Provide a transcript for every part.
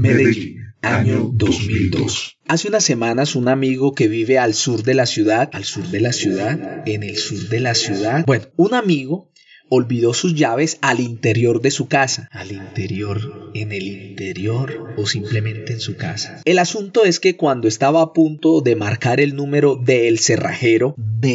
Medellín, año 2002. Hace unas semanas un amigo que vive al sur de la ciudad, un amigo olvidó sus llaves al interior de su casa. En el interior o simplemente en su casa. El asunto es que cuando estaba a punto de marcar el número del cerrajero,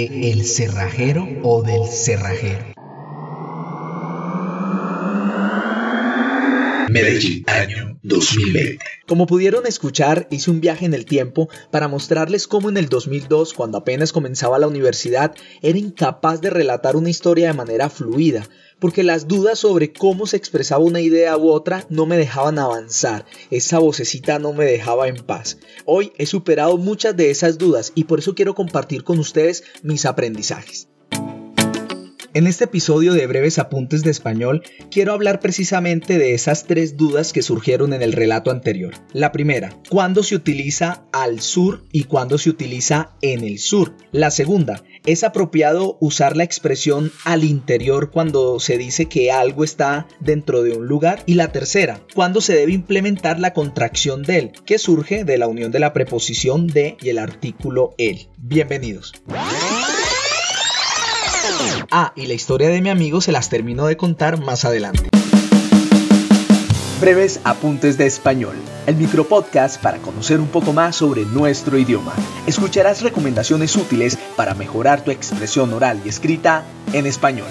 Medellín, año 2020. Como pudieron escuchar, hice un viaje en el tiempo para mostrarles cómo en el 2002, cuando apenas comenzaba la universidad, era incapaz de relatar una historia de manera fluida, porque las dudas sobre cómo se expresaba una idea u otra no me dejaban avanzar, esa vocecita no me dejaba en paz. Hoy he superado muchas de esas dudas y por eso quiero compartir con ustedes mis aprendizajes. En este episodio de Breves Apuntes de Español, quiero hablar precisamente de esas 3 dudas que surgieron en el relato anterior. La primera, ¿cuándo se utiliza al sur y cuándo se utiliza en el sur? La segunda, ¿es apropiado usar la expresión al interior cuando se dice que algo está dentro de un lugar? Y la tercera, ¿cuándo se debe implementar la contracción del, que surge de la unión de la preposición de y el artículo el? Bienvenidos. Y la historia de mi amigo se las termino de contar más adelante. Breves Apuntes de Español, el micropodcast para conocer un poco más sobre nuestro idioma. Escucharás recomendaciones útiles para mejorar tu expresión oral y escrita en español.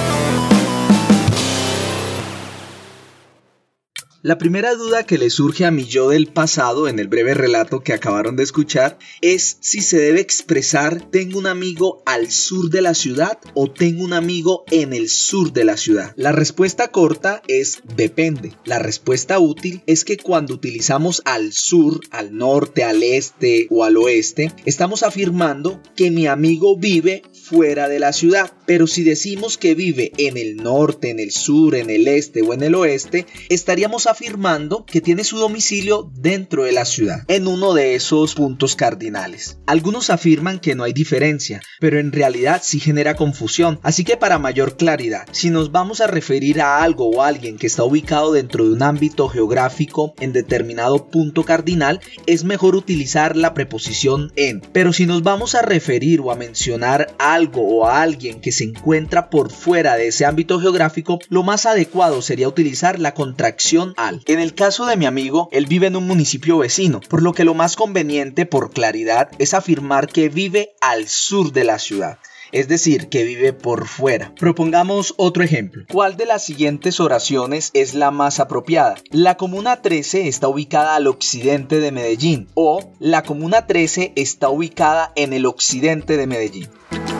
La primera duda que le surge a mi yo del pasado en el breve relato que acabaron de escuchar es si se debe expresar tengo un amigo al sur de la ciudad o tengo un amigo en el sur de la ciudad. La respuesta corta es depende. La respuesta útil es que cuando utilizamos al sur, al norte, al este o al oeste, estamos afirmando que mi amigo vive fuera de la ciudad. Pero si decimos que vive en el norte, en el sur, en el este o en el oeste, estaríamos afirmando que tiene su domicilio dentro de la ciudad, en uno de esos puntos cardinales. Algunos afirman que no hay diferencia, pero en realidad sí genera confusión, así que para mayor claridad, si nos vamos a referir a algo o a alguien que está ubicado dentro de un ámbito geográfico en determinado punto cardinal, es mejor utilizar la preposición en. Pero si nos vamos a referir o a mencionar algo o a alguien que se encuentra por fuera de ese ámbito geográfico, lo más adecuado sería utilizar la contracción al. En el caso de mi amigo, él vive en un municipio vecino, por lo que lo más conveniente por claridad es afirmar que vive al sur de la ciudad. Es decir, que vive por fuera. Propongamos otro ejemplo. ¿Cuál de las siguientes oraciones es la más apropiada? La Comuna 13 está ubicada al occidente de Medellín. O la Comuna 13 está ubicada en el occidente de Medellín.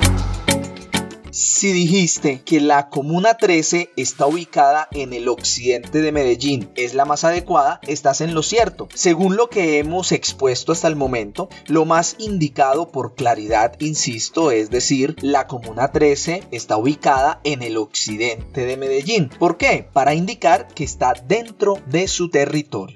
Si dijiste que la Comuna 13 está ubicada en el occidente de Medellín, es la más adecuada, estás en lo cierto. Según lo que hemos expuesto hasta el momento, lo más indicado por claridad, insisto, es decir, la Comuna 13 está ubicada en el occidente de Medellín. ¿Por qué? Para indicar que está dentro de su territorio.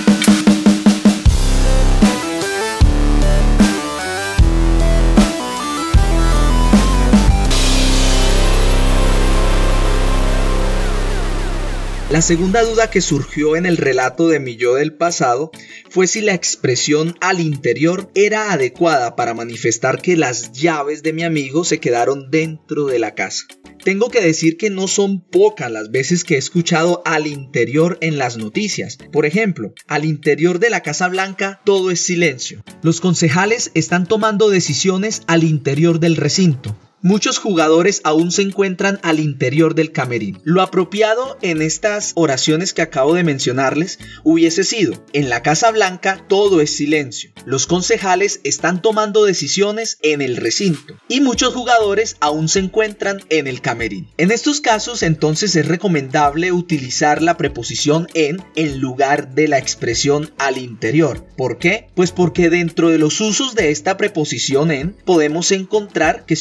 La segunda duda que surgió en el relato de mi yo del pasado fue si la expresión al interior era adecuada para manifestar que las llaves de mi amigo se quedaron dentro de la casa. Tengo que decir que no son pocas las veces que he escuchado al interior en las noticias. Por ejemplo, al interior de la Casa Blanca todo es silencio. Los concejales están tomando decisiones al interior del recinto. Muchos jugadores aún se encuentran al interior del camerino. Lo apropiado en estas oraciones que acabo de mencionarles hubiese sido: en la Casa Blanca todo es silencio. Los concejales están tomando decisiones en el recinto. Y muchos jugadores aún se encuentran en el camerino. En estos casos, entonces, es recomendable utilizar la preposición en lugar de la expresión al interior. ¿Por qué? Pues porque dentro de los usos de esta preposición en podemos encontrar que se utiliza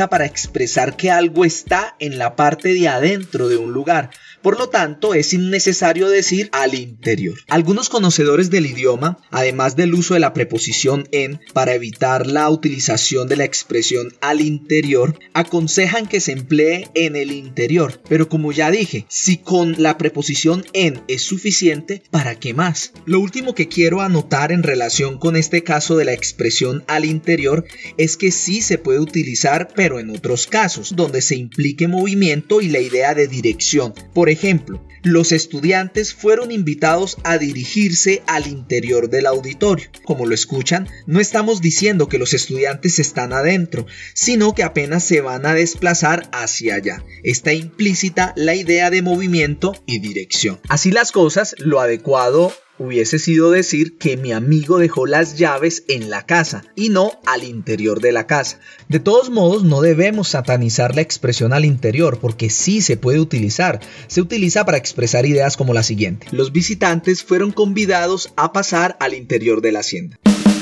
utiliza para expresar que algo está en la parte de adentro de un lugar. Por lo tanto, es innecesario decir al interior. Algunos conocedores del idioma, además del uso de la preposición en para evitar la utilización de la expresión al interior, aconsejan que se emplee en el interior. Pero como ya dije, si con la preposición en es suficiente, ¿para qué más? Lo último que quiero anotar en relación con este caso de la expresión al interior es que sí se puede utilizar, pero en otros casos, donde se implique movimiento y la idea de dirección. Por ejemplo, los estudiantes fueron invitados a dirigirse al interior del auditorio. Como lo escuchan, no estamos diciendo que los estudiantes están adentro, sino que apenas se van a desplazar hacia allá. Está implícita la idea de movimiento y dirección. Así las cosas, lo adecuado hubiese sido decir que mi amigo dejó las llaves en la casa y no al interior de la casa. De todos modos, no debemos satanizar la expresión al interior porque sí se puede utilizar. Se utiliza para expresar ideas como la siguiente: los visitantes fueron convidados a pasar al interior de la hacienda.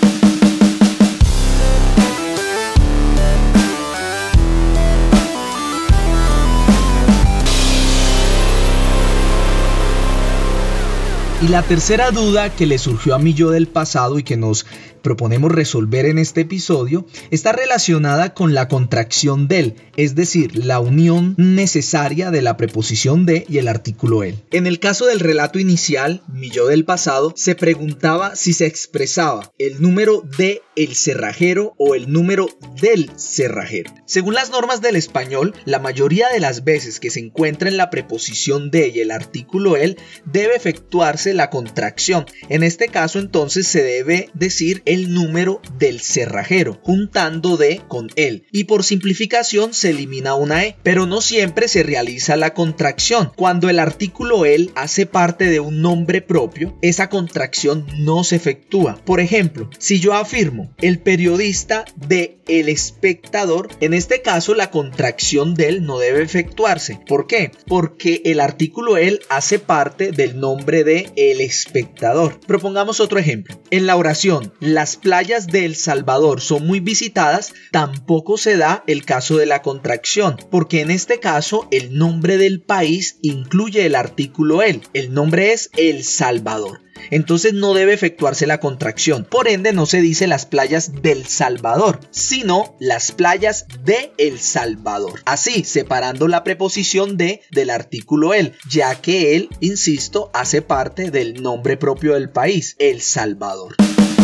Y la tercera duda que le surgió a mi yo del pasado y que nos proponemos resolver en este episodio está relacionada con la contracción del, es decir, la unión necesaria de la preposición de y el artículo el. En el caso del relato inicial, mi yo del pasado se preguntaba si se expresaba el número de el cerrajero o el número del cerrajero. Según las normas del español, la mayoría de las veces que se encuentra en la preposición de y el artículo el, debe efectuarse la contracción. En este caso, entonces, se debe decir el número del cerrajero, juntando de con el, y por simplificación se elimina una e, pero no siempre se realiza la contracción. Cuando el artículo el hace parte de un nombre propio, esa contracción no se efectúa. Por ejemplo, si yo afirmo el periodista de El Espectador, en este caso la contracción del no debe efectuarse. ¿Por qué? Porque el artículo el hace parte del nombre de El Espectador. Propongamos otro ejemplo. En la oración, las playas de El Salvador son muy visitadas, tampoco se da el caso de la contracción, porque en este caso el nombre del país incluye el artículo el. El nombre es El Salvador. Entonces no debe efectuarse la contracción. Por ende, no se dice las playas del Salvador, sino las playas de El Salvador. Así, separando la preposición de del artículo el, ya que él, insisto, hace parte del nombre propio del país, El Salvador.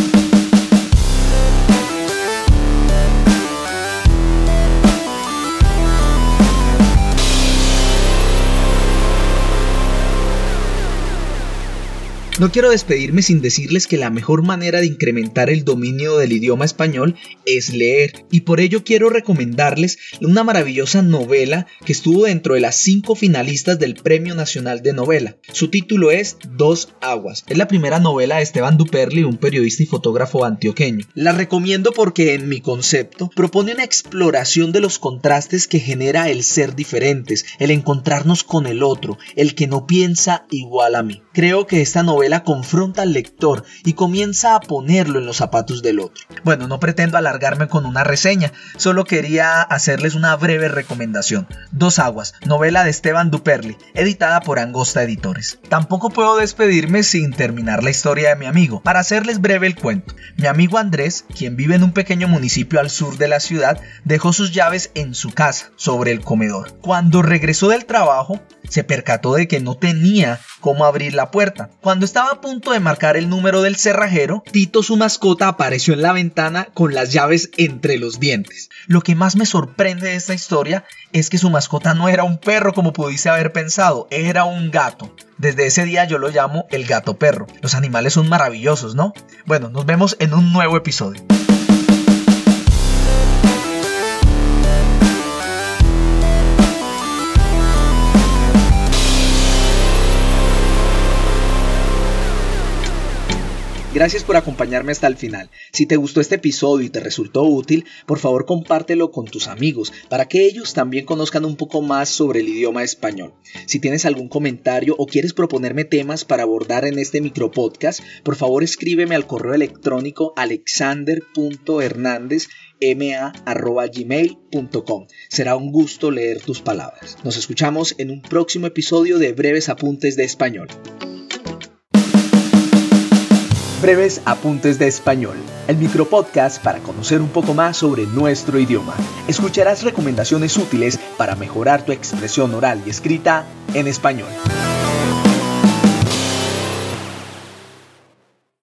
No quiero despedirme sin decirles que la mejor manera de incrementar el dominio del idioma español es leer, y por ello quiero recomendarles una maravillosa novela que estuvo dentro de las 5 finalistas del Premio Nacional de Novela. Su título es Dos Aguas. Es la primera novela de Esteban Duperly, un periodista y fotógrafo antioqueño. La recomiendo porque en mi concepto propone una exploración de los contrastes que genera el ser diferentes, el encontrarnos con el otro, el que no piensa igual a mí. Creo que esta novela confronta al lector y comienza a ponerlo en los zapatos del otro. Bueno, no pretendo alargarme con una reseña, solo quería hacerles una breve recomendación. Dos Aguas, novela de Esteban Duperly, editada por Angosta Editores. Tampoco puedo despedirme sin terminar la historia de mi amigo. Para hacerles breve el cuento, mi amigo Andrés, quien vive en un pequeño municipio al sur de la ciudad, dejó sus llaves en su casa, sobre el comedor. Cuando regresó del trabajo, se percató de que no tenía cómo abrir la puerta. Cuando estaba a punto de marcar el número del cerrajero, Tito, su mascota, apareció en la ventana con las llaves entre los dientes. Lo que más me sorprende de esta historia es que su mascota no era un perro como pudiese haber pensado, era un gato. Desde ese día yo lo llamo el gato perro. Los animales son maravillosos, ¿no? Bueno, nos vemos en un nuevo episodio. Gracias por acompañarme hasta el final. Si te gustó este episodio y te resultó útil, por favor compártelo con tus amigos para que ellos también conozcan un poco más sobre el idioma español. Si tienes algún comentario o quieres proponerme temas para abordar en este micropodcast, por favor escríbeme al correo electrónico alexander.hernandezma@gmail.com. Será un gusto leer tus palabras. Nos escuchamos en un próximo episodio de Breves Apuntes de Español. Breves Apuntes de Español, el micropodcast para conocer un poco más sobre nuestro idioma. Escucharás recomendaciones útiles para mejorar tu expresión oral y escrita en español.